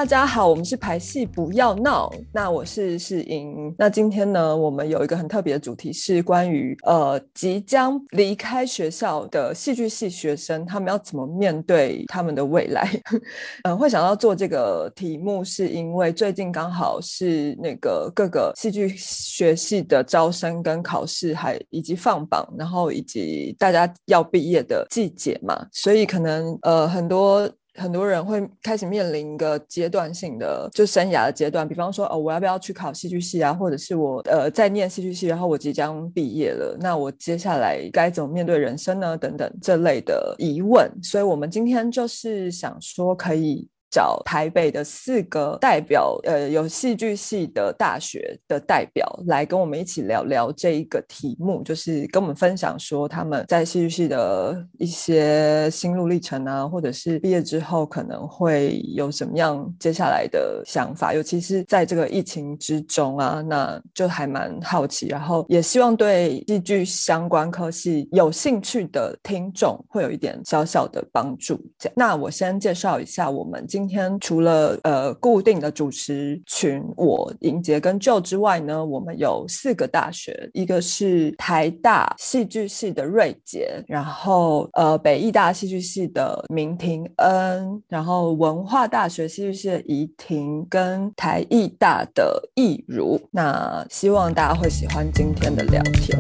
大家好，我们是排戏不要闹。那我是世英。那今天呢，我们有一个很特别的主题，是关于即将离开学校的戏剧系学生，他们要怎么面对他们的未来。会想要做这个题目，是因为最近刚好是那个各个戏剧学系的招生跟考试，以及放榜，然后以及大家要毕业的季节嘛，所以可能很多人会开始面临一个阶段性的就生涯的阶段，比方说我要不要去考戏剧系啊，或者是我在念戏剧系，然后我即将毕业了，那我接下来该怎么面对人生呢？等等这类的疑问。所以我们今天就是想说可以找台北的4个代表，有戏剧系的大学的代表来跟我们一起聊聊这一个题目，就是跟我们分享说他们在戏剧系的一些心路历程啊，或者是毕业之后可能会有什么样接下来的想法，尤其是在这个疫情之中啊，那就还蛮好奇，然后也希望对戏剧相关科系有兴趣的听众会有一点小小的帮助。那我先介绍一下我们今天除了固定的主持群我莹洁跟Jo之外呢，我们有4个大学，一个是台大戏剧系的瑞杰，然后北艺大戏剧系的明廷恩，然后文化大学戏剧系的怡婷跟台艺大的易如。那希望大家会喜欢今天的聊天。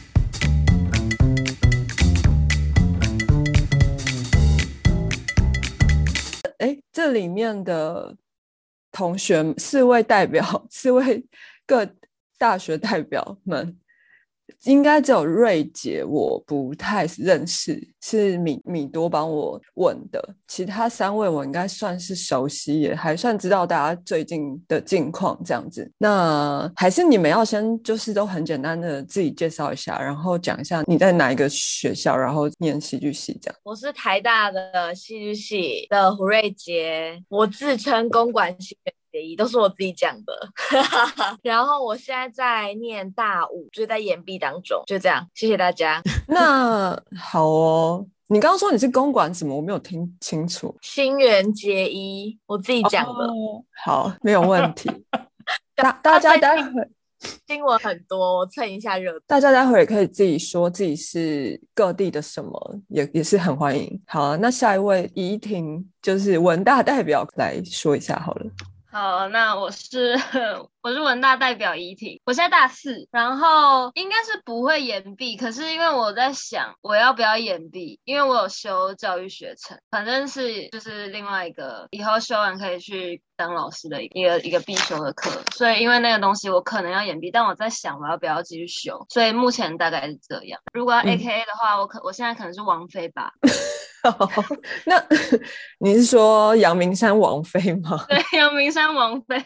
这里面的同学4位代表，4位各大学代表们，应该只有瑞杰我不太认识，是米多帮我问的，其他3位我应该算是熟悉，也还算知道大家最近的近况这样子。那还是你们要先就是都很简单的自己介绍一下，然后讲一下你在哪一个学校，然后念戏剧系这样。 我是台大的戏剧系的胡瑞杰，我自称公管系学一，都是我自己讲的。然后我现在在念大5，就是在延毕当中，就这样，谢谢大家。 那好哦，你刚刚说你是公馆什么？我没有听清楚。 新垣结衣，我自己讲的。 哦，好，没有问题。大他最近家待会新闻很多，我蹭一下热度。 大家待会也可以自己说自己是各地的什么，也是很欢迎。好啊，那下一位怡婷就是文大代表来说一下好了。 好，那我是我是文大代表怡婷，我现在大4，然后应该是不会延毕，可是因为我在想我要不要延毕，因为我有修教育学程，反正是就是另外一个以后修完可以去当老师的一个必修的课，所以因为那个东西我可能要延毕，但我在想我要不要继续修，所以目前大概是这样。如果要 AKA 的话，我现在可能是王菲吧。 那你是说阳明山王妃吗？ 对，阳明山王妃。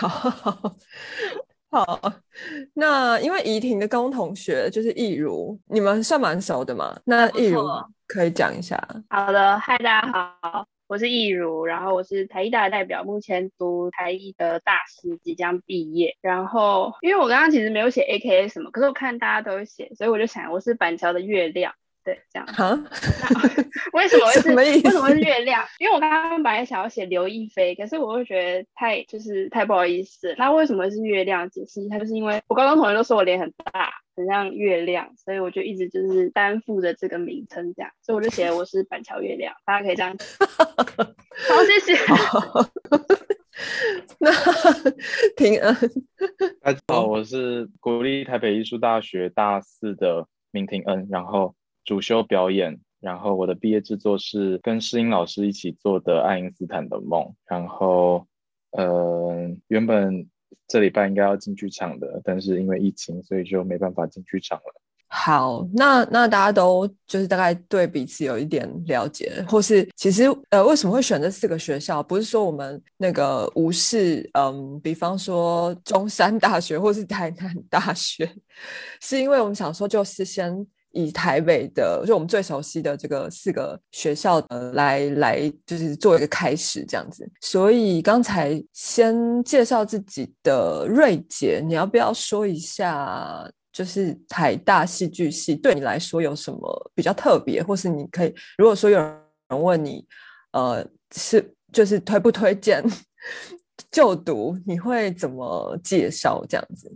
好，那因为怡婷的高中同学就是易如，你们算蛮熟的嘛？那易如可以讲一下。 好的，嗨，大家好，我是易如，然后我是台艺大的代表，目前读台艺的大4，即将毕业。然后因为我刚刚其实没有写 AKA 什么，可是我看大家都有写，所以我就想我是板桥的月亮。对，这样。为什么是月亮？因为我刚刚本来想要写刘亦菲，可是我会觉得太不好意思。那为什么是月亮？解释一下，就是因为我高中同学都说我脸很大，很像月亮，所以我就一直就是担负着这个名称这样，所以我就写我是板桥月亮，大家可以这样。好，谢谢。 那平安， 大家好，我是国立台北艺术大学大4的明廷恩，然后主修表演，然后我的毕业制作是跟世英老师一起做的爱因斯坦的梦，然后原本这礼拜应该要进剧场的，但是因为疫情所以就没办法进剧场了。 好，那大家都就是大概对彼此有一点了解，或是其实为什么会选这4个学校？不是说我们那个无视比方说中山大学或是台南大学，是因为我们想说就是先以台北的就我们最熟悉的这个4个学校来就是做一个开始这样子。所以刚才先介绍自己的瑞杰，你要不要说一下就是台大戏剧系对你来说有什么比较特别，或是你可以如果说有人问你就是推不推荐就读，你会怎么介绍这样子？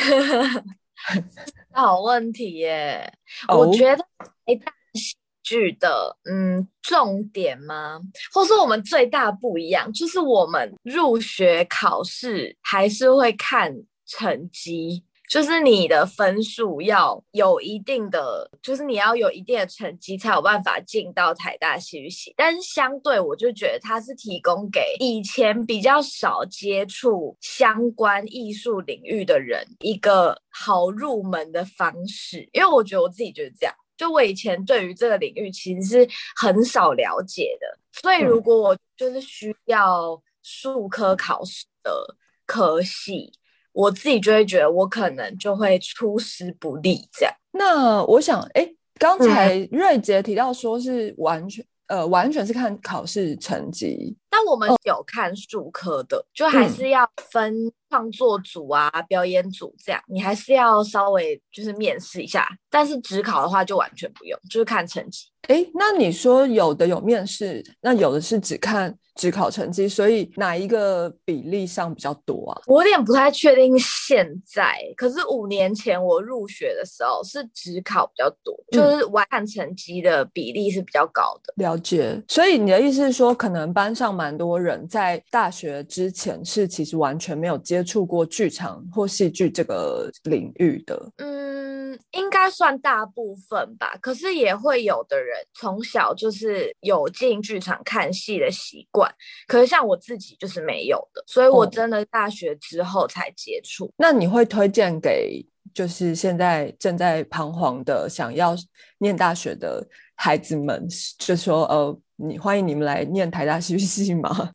好问题耶。我哦， 觉得台大戏剧的重点吗？或是我们最大不一样，就是我们入学考试还是会看成绩。就是你的分数要有一定的，就是你要有一定的成绩才有办法进到台大戏剧系。但是相对，我就觉得它是提供给以前比较少接触相关艺术领域的人一个好入门的方式。因为我觉得我自己就是这样，就我以前对于这个领域其实是很少了解的，所以如果我就是需要术科考试的科系，我自己就会觉得我可能就会出师不利这样。 那我想，刚才瑞杰提到说是完全是看考试成绩， 但我们有看术科的，就还是要分创作组啊、表演组这样，你还是要稍微就是面试一下。但是指考的话就完全不用，就是看成绩。 那你说有的有面试，那有的是只考成绩，所以哪一个比例上比较多啊？ 我有点不太确定现在，可是5年前我入学的时候是只考比较多，就是完看成绩的比例是比较高的。 了解，所以你的意思是说，可能班上蛮多人在大学之前是其实完全没有接触过剧场或戏剧这个领域的。 应该算大部分吧，可是也会有的人从小就是有进剧场看戏的习惯，可是像我自己就是没有的，所以我真的大学之后才接触。 那你会推荐给就是现在正在彷徨的想要念大学的孩子们，就说欢迎你们来念台大戏剧系吗？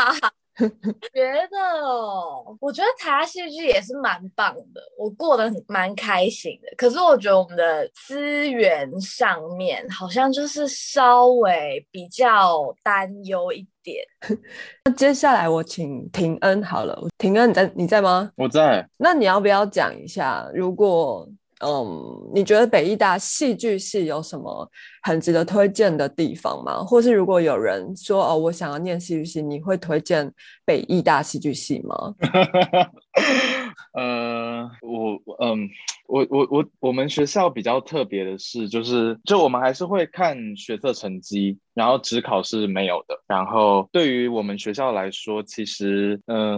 我觉得台大戏剧也是蛮棒的，我过得蛮开心的。可是我觉得我们的资源上面好像就是稍微比较担忧一点。 那接下来我请廷恩好了，廷恩你在吗？ 我在。 那你要不要讲一下，如果你觉得北艺大戏剧系有什么很值得推荐的地方吗？或是如果有人说我想要念戏剧系，你会推荐北艺大戏剧系吗？ 我们学校比较特别的是，就我们还是会看学测成绩，然后指考是没有的。然后对于我们学校来说，其实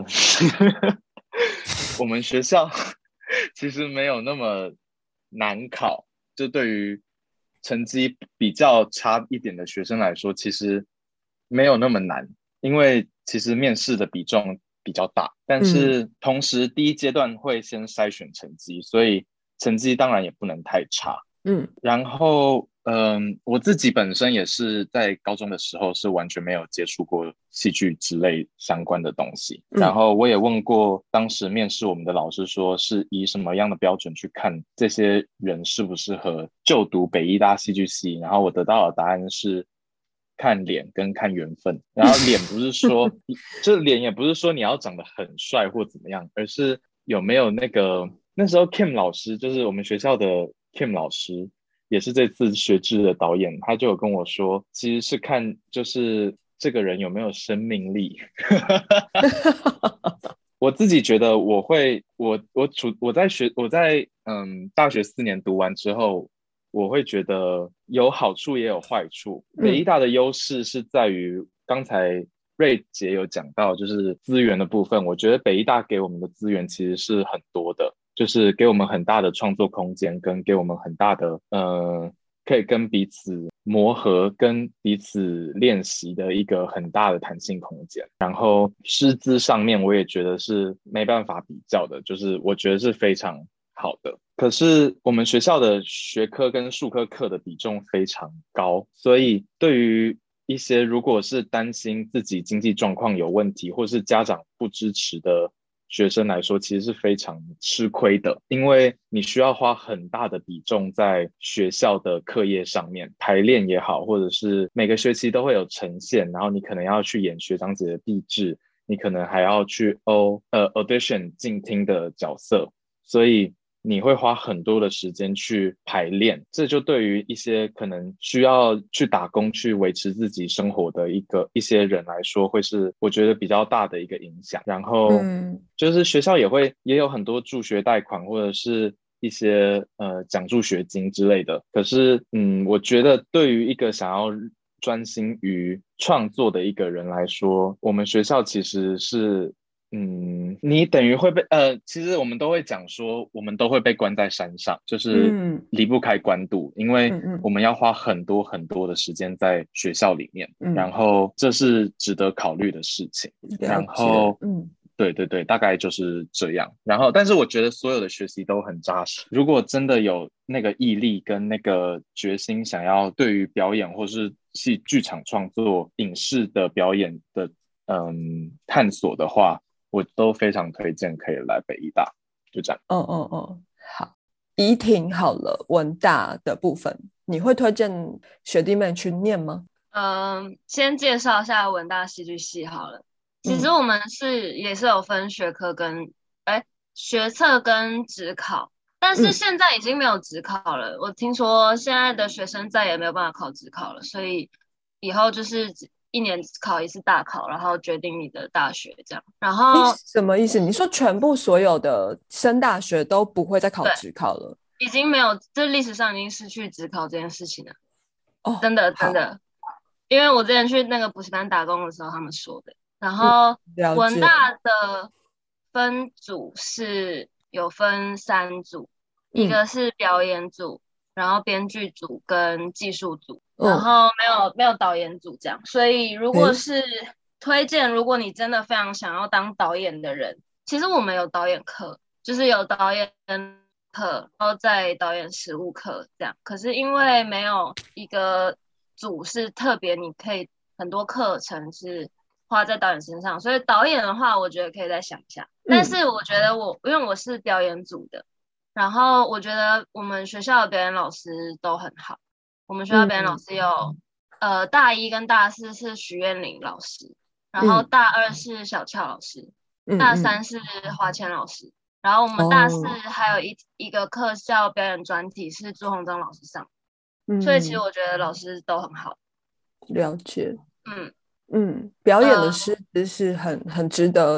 我们学校其实没有那么难考，就对于成绩比较差一点的学生来说，其实没有那么难，因为其实面试的比重比较大，但是同时第一阶段会先筛选成绩，所以成绩当然也不能太差。然后我自己本身也是在高中的时候是完全没有接触过戏剧之类相关的东西，然后我也问过当时面试我们的老师，说是以什么样的标准去看这些人适不适合就读北艺大戏剧系，然后我得到的答案是看脸跟看缘分。然后脸不是说就是脸也不是说你要长得很帅或怎么样，而是有没有那时候 Kim 老师，就是我们学校的 Kim 老师，也是这次学制的导演，他就有跟我说，其实是看就是这个人有没有生命力。我自己觉得我在大学4年读完之后，我会觉得有好处也有坏处。北艺大的优势是在于刚才瑞杰有讲到，就是资源的部分，我觉得北艺大给我们的资源其实是很多的，就是给我们很大的创作空间，跟给我们很大的可以跟彼此磨合、跟彼此练习的一个很大的弹性空间。然后师资上面，我也觉得是没办法比较的，就是我觉得是非常好的。可是我们学校的学科跟术科课的比重非常高，所以对于一些如果是担心自己经济状况有问题，或是家长不支持的学生来说，其实是非常吃亏的，因为你需要花很大的比重在学校的课业上面，排练也好，或者是每个学期都会有呈现，然后你可能要去演学长姐的毕制，你可能还要去audition 进厅的角色，所以你会花很多的时间去排练，这就对于一些可能需要去打工去维持自己生活的一些人来说，会是我觉得比较大的一个影响。然后就是学校也有很多助学贷款或者是一些奖助学金之类的，可是我觉得对于一个想要专心于创作的一个人来说，我们学校其实是你等于会被其实我们都会讲说，我们都会被关在山上，就是离不开关渡，因为我们要花很多很多的时间在学校里面，然后这是值得考虑的事情。然后对对对，大概就是这样。然后，但是我觉得所有的学习都很扎实。如果真的有那个毅力跟那个决心，想要对于表演或是剧场创作、影视的表演的探索的话，我都非常推荐可以来北艺大。就这样。 好，怡婷好了，文大的部分，你会推荐学弟妹去念吗？ 先介绍一下文大戏剧系好了。其实我们也是有分学科跟学测跟指考，但是现在已经没有指考了。我听说现在的学生再也没有办法考指考了，所以以后就是1年考一次大考，然后决定你的大学这样。然后什么意思？你说全部所有的升大学都不会再考指考了？ 已经没有，这历史上已经失去指考这件事情了。真的真的，因为我之前去那个补习班打工的时候，他们说的。然后文大的分组是有分3组，一个是表演组，然后编剧组跟技术组，然后没有导演组这样。所以如果是推荐，如果你真的非常想要当导演的人，其实我们有导演课，就是有导演课，然后在导演实务课这样。可是因为没有一个组是特别，你可以很多课程是花在导演身上，所以导演的话我觉得可以再想一下。但是我觉得因为我是表演组的，然后我觉得我们学校的表演老师都很好。我们学校表演老师有大1跟大4是徐燕玲老师，然后大2是小俏老师，大3是华谦老师，然后我们大4还有一个课叫表演专题，是朱鸿章老师上。所以其实我觉得老师都很好。 了解。表演的师资是很值得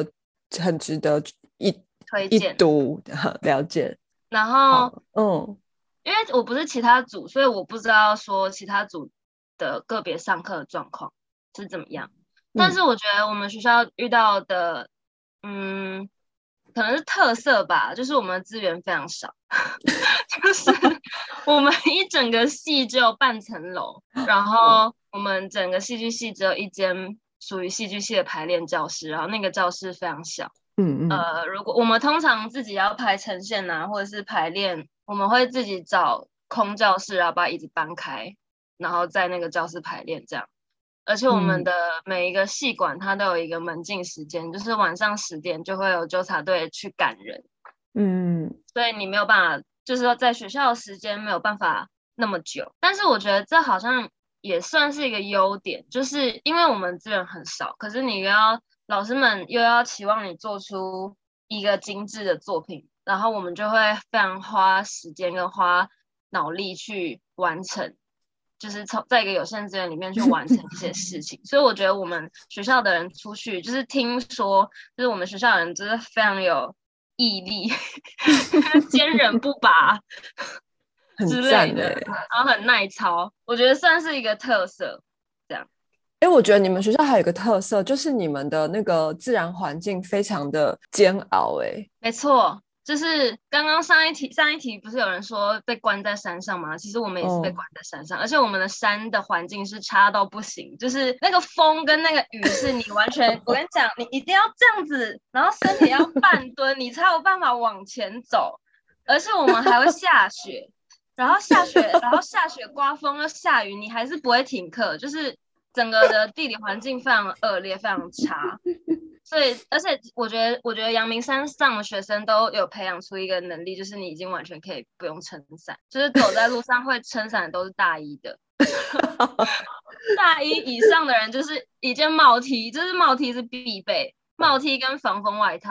推荐一读。了解。 然后因为我不是其他组，所以我不知道说其他组的个别上课的状况是怎么样。但是我觉得我们学校遇到的可能是特色吧，就是我们资源非常少。就是我们一整个系只有半层楼，然后我们整个戏剧系只有一间属于戏剧系的排练教室，然后那个教室非常小。如果我们通常自己要排呈现啊，或者是排练，我们会自己找空教室，然后把椅子搬开，然后在那个教室排练这样。而且我们的每一个系馆它都有一个门禁时间，就是晚上10点就会有纠察队去赶人。所以你没有办法，就是说在学校的时间没有办法那么久。但是我觉得这好像也算是一个优点，就是因为我们资源很少，可是老师们又要期望你做出一个精致的作品，然后我们就会非常花时间跟花脑力去完成，就是在一个有限资源里面去完成这些事情。所以我觉得我们学校的人出去，就是听说就是我们学校的人就是非常有毅力坚韧不拔之类的，然后很耐操，我觉得算是一个特色这样。 我觉得你们学校还有一个特色，就是你们的那个自然环境非常的煎熬。 没错，就是刚刚上一题不是有人说被关在山上吗？其实我们也是被关在山上，而且我们的山的环境是差到不行，就是那个风跟那个雨是你完全我跟你讲，你一定要这样子，然后身体要半蹲你才有办法往前走。而且我们还会下雪，然后下雪刮风又下雨，你还是不会停课，就是整个的地理环境非常恶劣，非常差。所以而且我觉得阳明山上的学生都有培养出一个能力，就是你已经完全可以不用撑伞，就是走在路上会撑伞的都是大1的。大1以上的人就是一件帽 T，就是帽 T 是必备，帽 T 跟防风外套，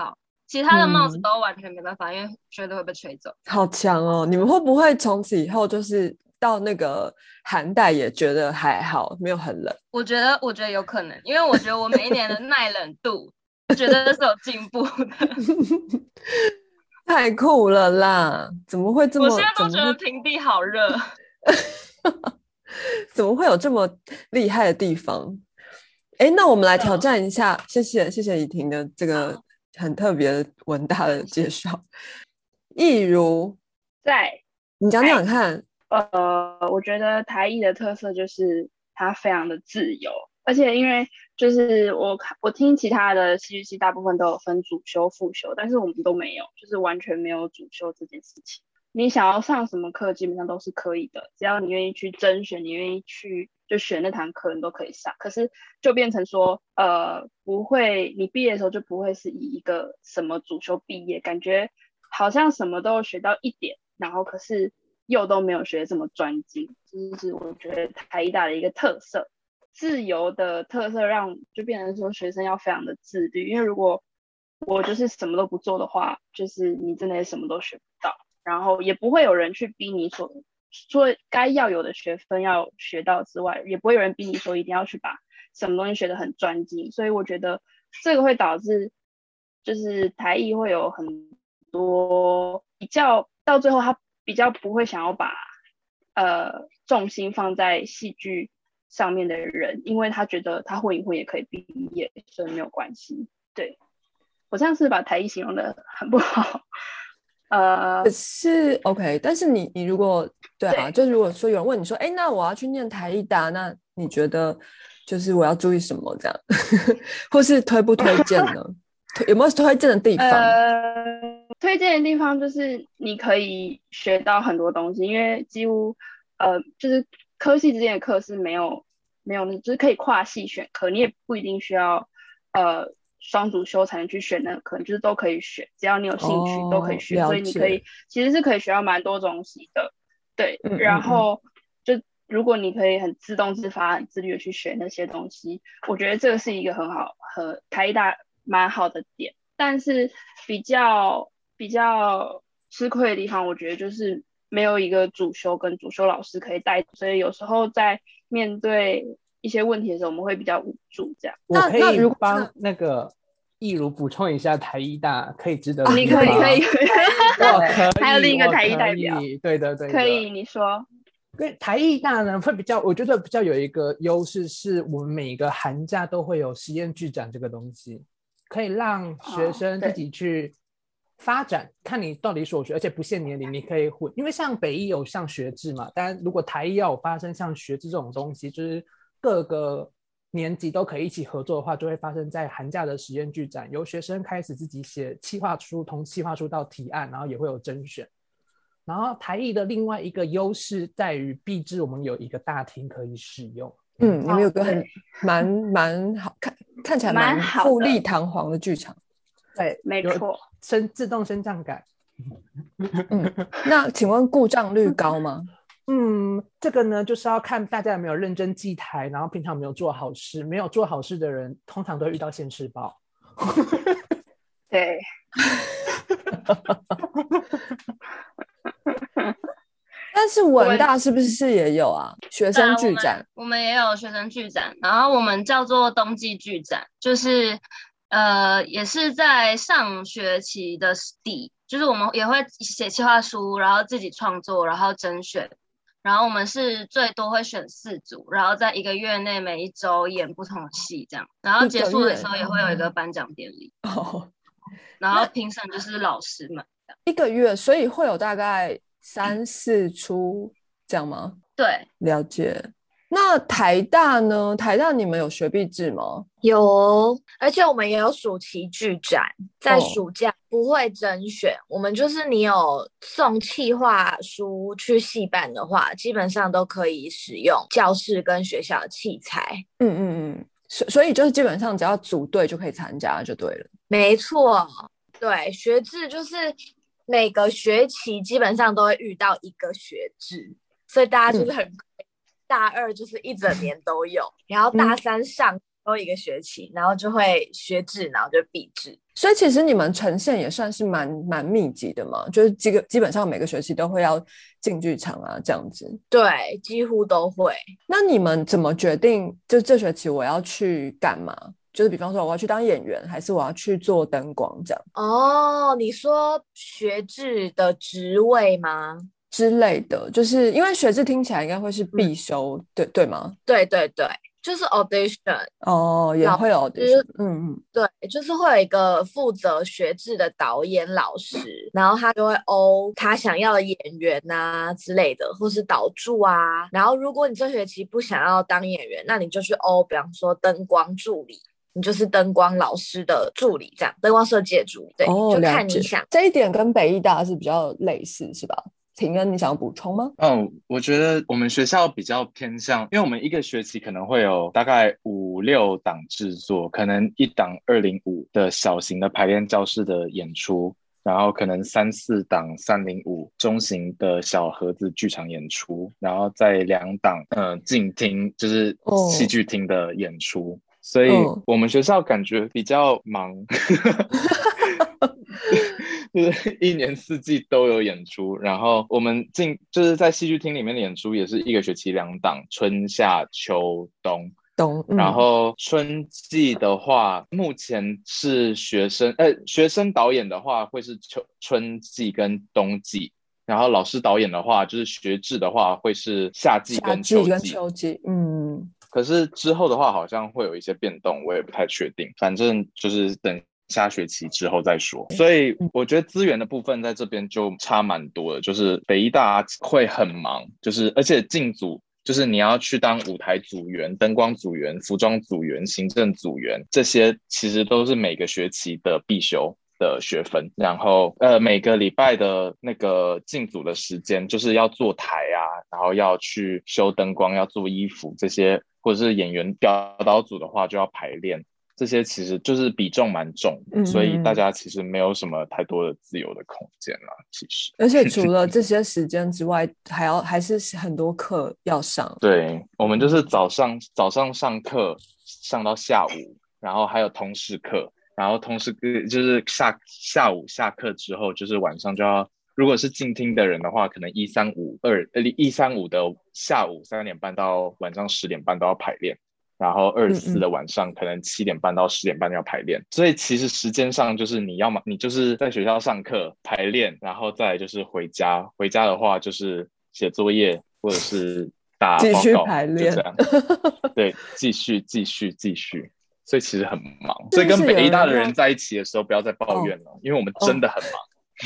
其他的帽子都完全没办法，因为绝对会被吹走。 好强哦！你们会不会从此以后就是到那个寒带也觉得还好，没有很冷？ 我觉得有可能，因为我觉得我每一年的耐冷度觉得是有进步的。 太酷了啦！怎么会这么？ 我现在都觉得平地好热。 怎么会有这么厉害的地方？那我们来挑战一下。谢谢怡婷的这个很特别文大的介绍。艺如在你讲讲看。 我觉得台艺的特色就是它非常的自由，而且因为就是我听其他的戏剧系大部分都有分主修副修，但是我们都没有，就是完全没有主修这件事情。你想要上什么课基本上都是可以的，只要你愿意去甄选，你愿意去就选那堂课，你都可以上。可是就变成说不会，你毕业的时候就不会是以一个什么主修毕业，感觉好像什么都有学到一点，然后可是又都没有学这么专精，这是我觉得台艺大的一个特色。自由的特色让就变成说学生要非常的自律，因为如果我就是什么都不做的话，就是你真的什么都学不到，然后也不会有人去逼你说该要有的学分要学到之外，也不会有人逼你说一定要去把什么东西学得很专精，所以我觉得这个会导致就是台艺会有很多比较到最后他比较不会想要把重心放在戏剧上面的人，因为他觉得他混一混也可以毕业，所以没有关系。对，我这样是把台艺形容的很不好。 是 OK， 但是你如果对啊，就是如果说有人问你说，那我要去念台艺大，那你觉得就是我要注意什么这样，或是推不推荐呢？有没有推荐的地方？ 推荐的地方就是你可以学到很多东西，因为几乎就是科系之间的课是没有，就是可以跨系选课，你也不一定需要双主修才能去选那个课，就是都可以选，只要你有兴趣都可以选，所以你可以其实是可以学到蛮多东西的。对，然后就如果你可以很自动自发、很自律的去学那些东西，我觉得这个是一个很好和台艺大蛮好的点。但是比较吃亏的地方，我觉得就是没有一个主修跟主修老师可以带，所以有时候在面对一些问题的时候，我们会比较无助。这样， 我可以帮那个艺如补充一下台艺大可以值得的地方。你可以还有另一个台艺代表， 对的， 可以，你说。 对，台艺大呢会我觉得比较有一个优势，是我们每个寒假都会有实验剧展这个东西，可以让学生自己去发展，看你到底所学，而且不限年龄，你可以混。因为像北艺有像学制嘛，但如果台艺要有发生像学制这种东西，就是各个年级都可以一起合作的话，就会发生在寒假的实验剧展，由学生开始自己写企划书，从企划书到提案，然后也会有甄选。然后台艺的另外一个优势在于毕制我们有一个大厅可以使用。 你们有个蛮好看起来蛮富丽堂皇的剧场。 对， 没错， 自动升降杆。 那请问故障率高吗？ 这个呢就是要看大家有没有认真记台，然后平常有没有做好事。没有做好事的人通常都会遇到现世报。 对。 但是文大是不是也有啊？学生剧展， 我们也有学生剧展，然后我们叫做冬季剧展，就是也是在上学期的底，就是我们也会写企划书，然后自己创作，然后甄选，然后我们是最多会选4组，然后在1个月内每一周演不同的戏这样，然后结束的时候也会有一个颁奖典礼。然后评审就是老师们。 1个月，所以会有大概3、4出这样吗？ 对， 了解。那台大呢？台大你们有学毕制吗？ 有，而且我们也有暑期剧展，在暑假不会甄选，我们就是你有送企划书去系办的话，基本上都可以使用教室跟学校的器材。 所以就是基本上只要组队就可以参加就对了。 没错，对，学制就是每个学期基本上都会遇到一个学制，所以大家就是很大2就是一整年都有，然后大3上修一个学期，然后就会学制，然后就毕制。 所以其实你们呈现也算是蛮密集的嘛，就是基本上每个学期都会要进剧场啊这样子。 对，几乎都会。 那你们怎么决定就这学期我要去干嘛？就是比方说我要去当演员，还是我要去做灯光这样？ 哦，你说学制的职位吗？ 之类的，就是因为学制听起来应该会是必修，对吗？ 对对对，就是 audition。 哦，也会有 audition。 对，就是会有一个负责学制的导演老师，然后他就会欧他想要的演员啊之类的，或是导助啊。然后如果你这学期不想要当演员，那你就去欧，比方说灯光助理。你就是灯光老师的助理，这样灯光设计的助理，对，就看你想。 这一点跟北艺大是比较类似，是吧？庭恩，你想要补充吗？ 我觉得我们学校比较偏向，因为我们一个学期可能会有大概5-6档制作，可能一档205的小型的排练教室的演出，然后可能3-4档305中型的小盒子剧场演出，然后再2档静厅，就是戏剧厅的演出。所以我们学校感觉比较忙就是一年四季都有演出，然后我们就是在戏剧厅里面的演出也是一个学期2档，春夏秋冬。然后春季的话，目前是学生导演的话会是春季跟冬季，然后老师导演的话就是学制的话会是夏季跟秋季。可是之后的话好像会有一些变动，我也不太确定，反正就是等下学期之后再说。所以我觉得资源的部分在这边就差蛮多的，就是北艺大会很忙，就是而且进组就是你要去当舞台组员、灯光组员、服装组员、行政组员，这些其实都是每个学期的必修的学分。然后每个礼拜的那个进组的时间就是要做台啊，然后要去修灯光，要做衣服这些，或者是演员表导组的话就要排练，这些其实就是比重蛮重，所以大家其实没有什么太多的自由的空间啦。其实， 而且除了这些时间之外，还是很多课要上。 对，我们就是早上上课上到下午，然后还有通识课，然后通识就是下午下课之后，就是晚上就要。如果是静听的人的话，可能135的下午3点半到晚上10点半都要排练，然后24的晚上可能7点半到10点半要排练。所以其实时间上就是你就是在学校上课排练，然后再来就是回家的话就是写作业或者是打报告， 继续排练， 就这样。对，继续，所以其实很忙。所以跟北艺大的人在一起的时候不要再抱怨了，因为我们真的很忙。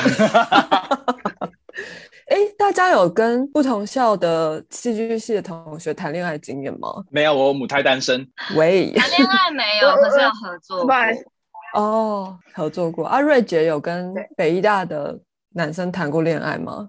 大家有跟不同校的戏剧系的同学谈恋爱经验吗？ 没有，我母胎单身。 喂， 谈恋爱没有，可是有合作过。 合作过。瑞杰有跟北艺大的男生谈过恋爱吗？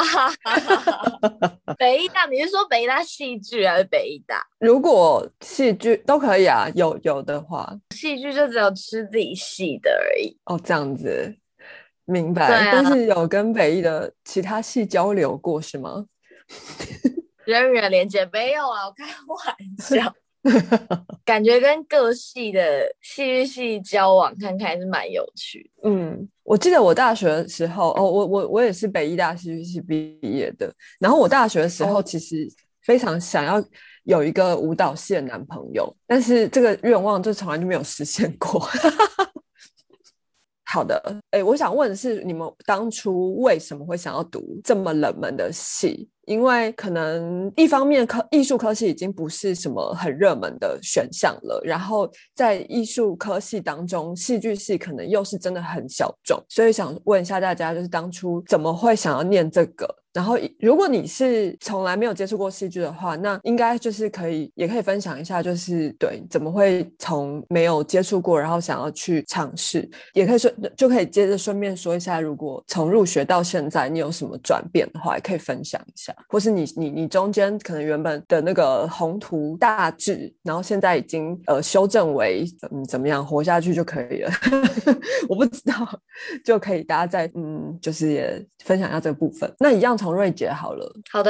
北艺大，你是说北艺大戏剧还是北艺大？ 如果戏剧都可以啊，有的话， 戏剧就只有吃自己戏的而已。 这样子。明白，但是有跟北艺的其他系交流过是吗？ 人与人连接没有啊，我开玩笑。感觉跟各系的戏剧系交往看看还是蛮有趣的。 我记得我大学的时候，我也是北艺大戏剧系毕业的，然后我大学的时候其实非常想要有一个舞蹈系的男朋友，但是这个愿望就从来就没有实现过。好的，我想问的是，你们当初为什么会想要读这么冷门的系？因为可能一方面艺术科系已经不是什么很热门的选项了，然后在艺术科系当中，戏剧系可能又是真的很小众，所以想问一下大家，就是当初怎么会想要念这个？然后如果你是从来没有接触过戏剧的话，那应该就是也可以分享一下，就是对怎么会从没有接触过，然后想要去尝试，也可以说就可以接着顺便说一下，如果从入学到现在你有什么转变的话，也可以分享一下，或是你中间可能原本的那个宏图大志，然后现在已经修正为怎么样活下去就可以了。我不知道，就可以大家再就是也分享一下这个部分。那一样从瑞杰好了。 好的，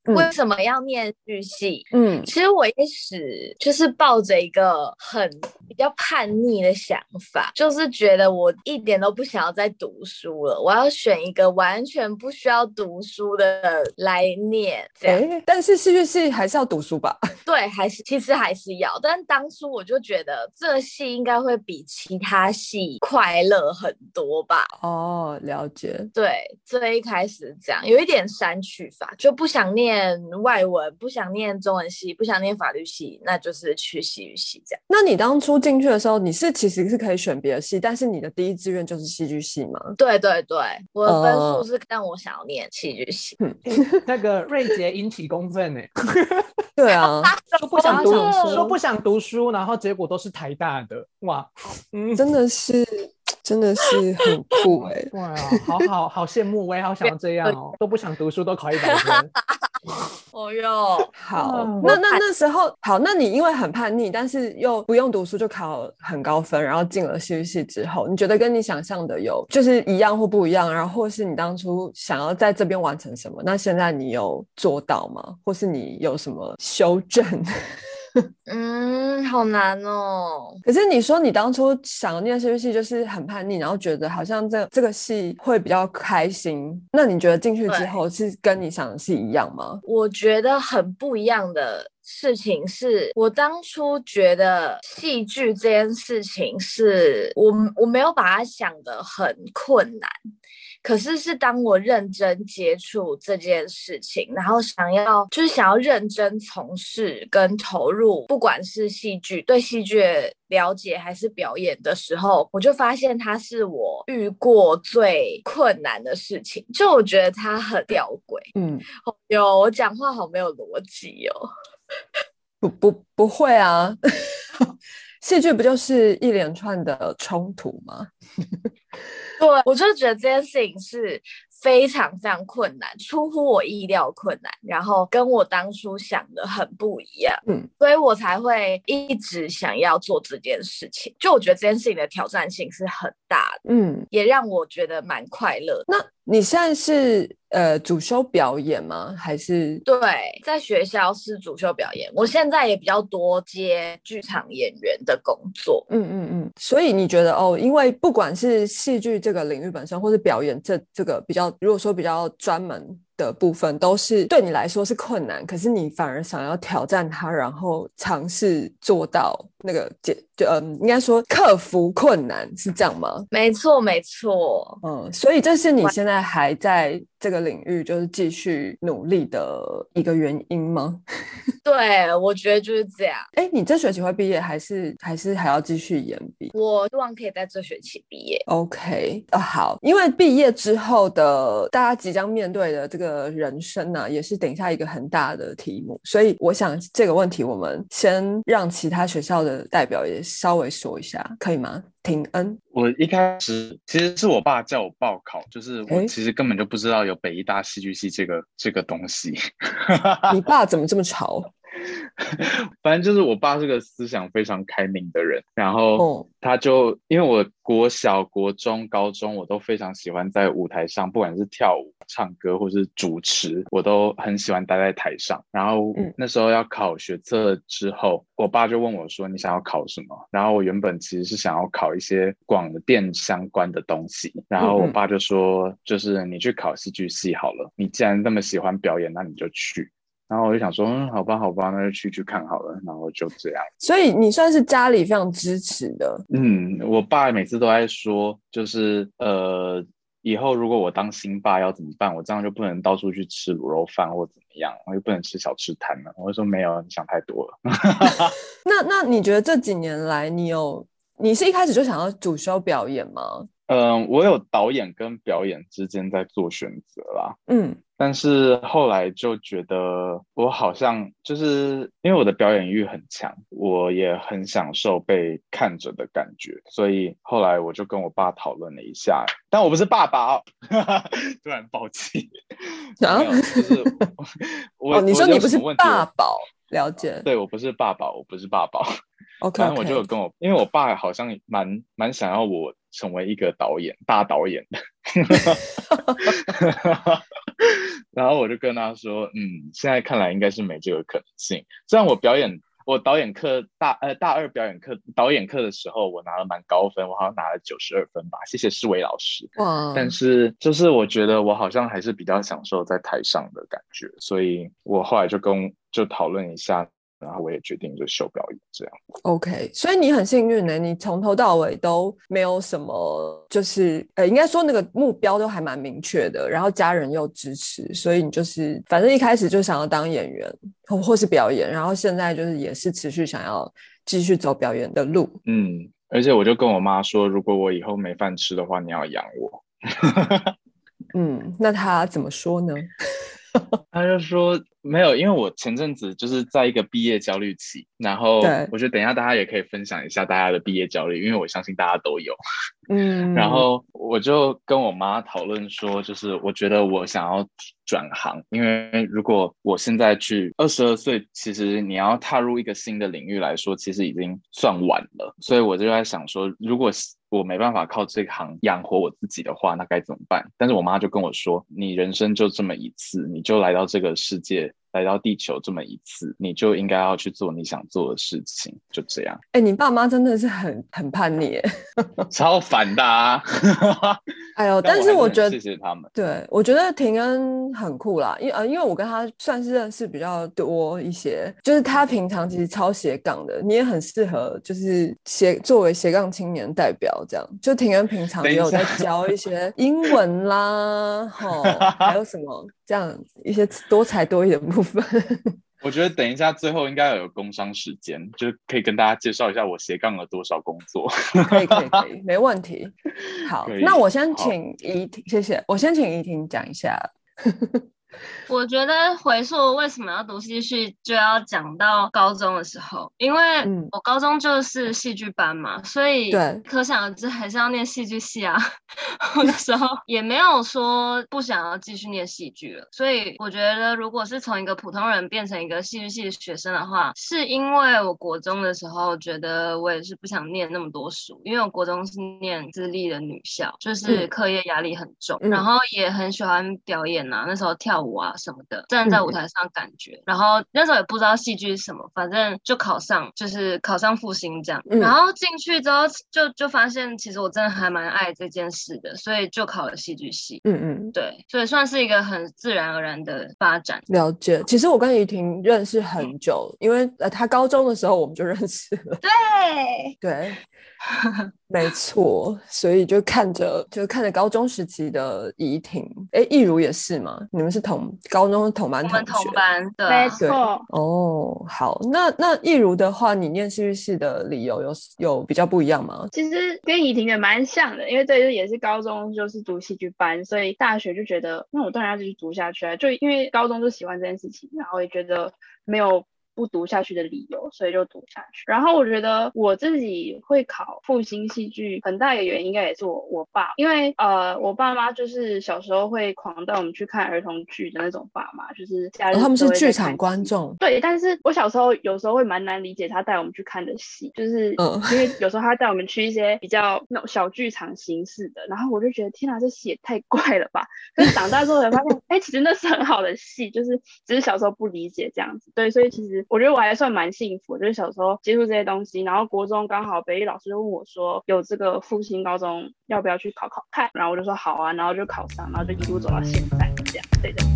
为什么要念戏剧系？ 其实我一开始就是抱着一个比较叛逆的想法，就是觉得我一点都不想要再读书了，我要选一个完全不需要读书的来念。 但是戏剧系还是要读书吧？ 对，其实还是要，但当初我就觉得这系应该会比其他系快乐很多吧。 哦，了解。 对，最一开始这样，有一点删去法，就不想念外文，不想念中文系，不想念法律系，那就是去戏剧系这样。 那你当初进去的时候，你其实是可以选别的系，但是你的第一志愿就是戏剧系吗？ 对对对，我的分数是让我想要念戏剧系。 那个瑞杰引起公愤欸。 对啊， 说不想读书，然后结果都是台大的，哇， 真的是很酷欸。 哇，好羡慕，我也好想要这样哦，都不想读书都考100分。 哦哟， 好，那时候好，那你因为很叛逆，但是又不用读书就考很高分，然后进了戏剧系之后，你觉得跟你想象的就是一样或不一样？然后或是你当初想要在这边完成什么？那现在你有做到吗？或是你有什么修正？ 好难哦。 可是你说你当初想念戏剧系就是很叛逆，然后觉得好像这个系会比较开心，那你觉得进去之后是跟你想的是一样吗？ 我觉得很不一样的事情是，我当初觉得戏剧这件事情是我没有把它想得很困难，可是当我认真接触这件事情，然后想要认真从事跟投入，不管是对戏剧的了解还是表演的时候，我就发现它是我遇过最困难的事情，就我觉得它很吊诡。我讲话好没有逻辑哦。 不会啊。戏剧不就是一连串的冲突吗？ 对，我就觉得这件事情是非常非常困难，出乎我意料困难，然后跟我当初想的很不一样。所以我才会一直想要做这件事情。就我觉得这件事情的挑战性是很大的，也让我觉得蛮快乐的。 那你现在是主修表演吗？还是？ 对，在学校是主修表演，我现在也比较多接剧场演员的工作。 所以你觉得因为不管是戏剧这个领域本身，或是表演这个如果说比较专门的部分，都是对你来说是困难，可是你反而想要挑战它，然后尝试做到那个应该说克服困难，是这样吗？ 没错。 所以这是你现在还在这个领域就是继续努力的一个原因吗？ 对，我觉得就是这样。 你这学期会毕业还是还要继续延毕？ 我希望可以在这学期毕业。 OK，好，因为毕业之后的大家即将面对的这个人生呢，也是等一下一个很大的题目，所以我想这个问题我们先让其他学校的代表也稍微说一下，可以吗？廷恩， 我一开始其实是我爸叫我报考，就是我其实根本就不知道有北艺大戏剧系这个东西。 你爸怎么这么潮？ 反正就是我爸是个思想非常开明的人，然后他就因为我国小、国中、高中我都非常喜欢在舞台上，不管是跳舞、唱歌或是主持，我都很喜欢待在台上。然后那时候要考学测之后，我爸就问我说你想要考什么，然后我原本其实是想要考一些广电相关的东西，然后我爸就说就是你去考戏剧系好了，你既然那么喜欢表演，那你就去。然后我就想说好吧，那就去看好了，然后就这样。 所以你算是家里非常支持的。 我爸每次都在说就是以后如果我当新爸要怎么办，我这样就不能到处去吃卤肉饭或怎么样，我又不能吃小吃摊了。我就说没有，你想太多了。 那你觉得这几年来你是一开始就想要主修表演吗？ 我有导演跟表演之间在做选择啦。但是后来就觉得我好像就是因为我的表演欲很强，我也很享受被看着的感觉，所以后来我就跟我爸讨论了一下，但我不是爸爸哦。突然暴气。没有，就是你说你不是爸爸，了解。 对，我不是爸爸。 OK， 反正我就有跟我，因为我爸好像蛮想要我成为一个大导演的，然后我就跟他说，现在看来应该是没这个可能性。虽然我导演课大二表演课导演课的时候，我拿了蛮高分，我好像拿了92分吧，谢谢世伟老师。 哇！ 但是就是我觉得我好像还是比较享受在台上的感觉，所以我后来就讨论一下。然后我也决定就修表演这样。 OK， 所以你很幸运呢，你从头到尾都没有什么，就是应该说那个目标都还蛮明确的，然后家人又支持，所以你就是反正一开始就想要当演员或是表演，然后现在就是也是持续想要继续走表演的路。 而且我就跟我妈说，如果我以后没饭吃的话，你要养我。 那她怎么说呢？ 他就说没有，因为我前阵子就是在一个毕业焦虑期，然后我觉得等一下大家也可以分享一下大家的毕业焦虑，因为我相信大家都有。然后我就跟我妈讨论说，就是我觉得我想要转行，因为如果我现在去22岁，其实你要踏入一个新的领域来说，其实已经算晚了。所以我就在想说，如果我没办法靠这个行养活我自己的话，那该怎么办？但是我妈就跟我说，你人生就这么一次，你就来到这个世界，来到地球这么一次，你就应该要去做你想做的事情，就这样。 你爸妈真的是很叛逆耶， 超烦的啊！ 哎呦，但是我觉得谢谢他们。 对，我觉得廷恩很酷啦，因为我跟他算是认识比较多一些，就是他平常其实超斜杠的，你也很适合就是作为斜杠青年代表这样。就廷恩平常也有在教一些英文啦，还有什么这样一些多才多艺的部分。 我觉得等一下最后应该要有工商时间，就可以跟大家介绍一下我斜杠了多少工作。 可以，没问题。好，那我先请怡婷，谢谢。我先请怡婷讲一下。 我觉得回溯为什么要读戏剧系，就要讲到高中的时候，因为我高中就是戏剧班嘛，所以可想而知还是要念戏剧系啊。我那时候也没有说不想要继续念戏剧了，所以我觉得如果是从一个普通人变成一个戏剧系的学生的话，是因为我国中的时候觉得我也是不想念那么多书，因为我国中是念私立的女校，就是课业压力很重，然后也很喜欢表演啊，那时候跳舞啊什么的，站在舞台上感觉，然后那时候也不知道戏剧是什么，反正就考上复兴这样，然后进去之后就发现其实我真的还蛮爱这件事的，所以就考了戏剧系。对，所以算是一个很自然而然的发展。 了解。其实我跟怡婷认识很久，因为她高中的时候我们就认识了。对没错，所以就看着高中时期的怡婷，易如也是吗？你们是高中同班同学？ 我们同班，对， 没错。 哦，好，那易如的话，你念戏剧系的理由有比较不一样吗？ 其实跟怡婷的蛮像的，因为这也是高中就是读戏剧班，所以大学就觉得那我当然要继续读下去啊，就因为高中就喜欢这件事情，然后也觉得没有不读下去的理由，所以就读下去。然后我觉得我自己会考复兴戏剧很大一个原因应该也是我爸，因为我爸妈就是小时候会狂带我们去看儿童剧的那种爸妈，就是假日他们是剧场观众。 对，但是我小时候有时候会蛮难理解他带我们去看的戏，就是因为有时候他带我们去一些比较那种小剧场形式的，然后我就觉得天哪，这戏也太怪了吧。可是长大之后才发现其实那是很好的戏，就是只是小时候不理解这样子。对，所以其实我觉得我还算蛮幸福，就是小时候接触这些东西，然后国中刚好北艺老师就问我说有这个复兴高中要不要去考考看，然后我就说好啊，然后就考上，然后就一路走到现在这样。对的。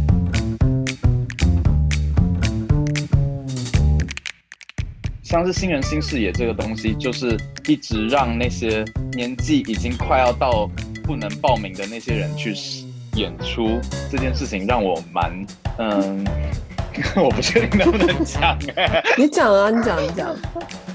像是新人新视野这个东西，就是一直让那些年纪已经快要到不能报名的那些人去演出，这件事情让我蛮我不确定能不能讲你讲啊，你讲。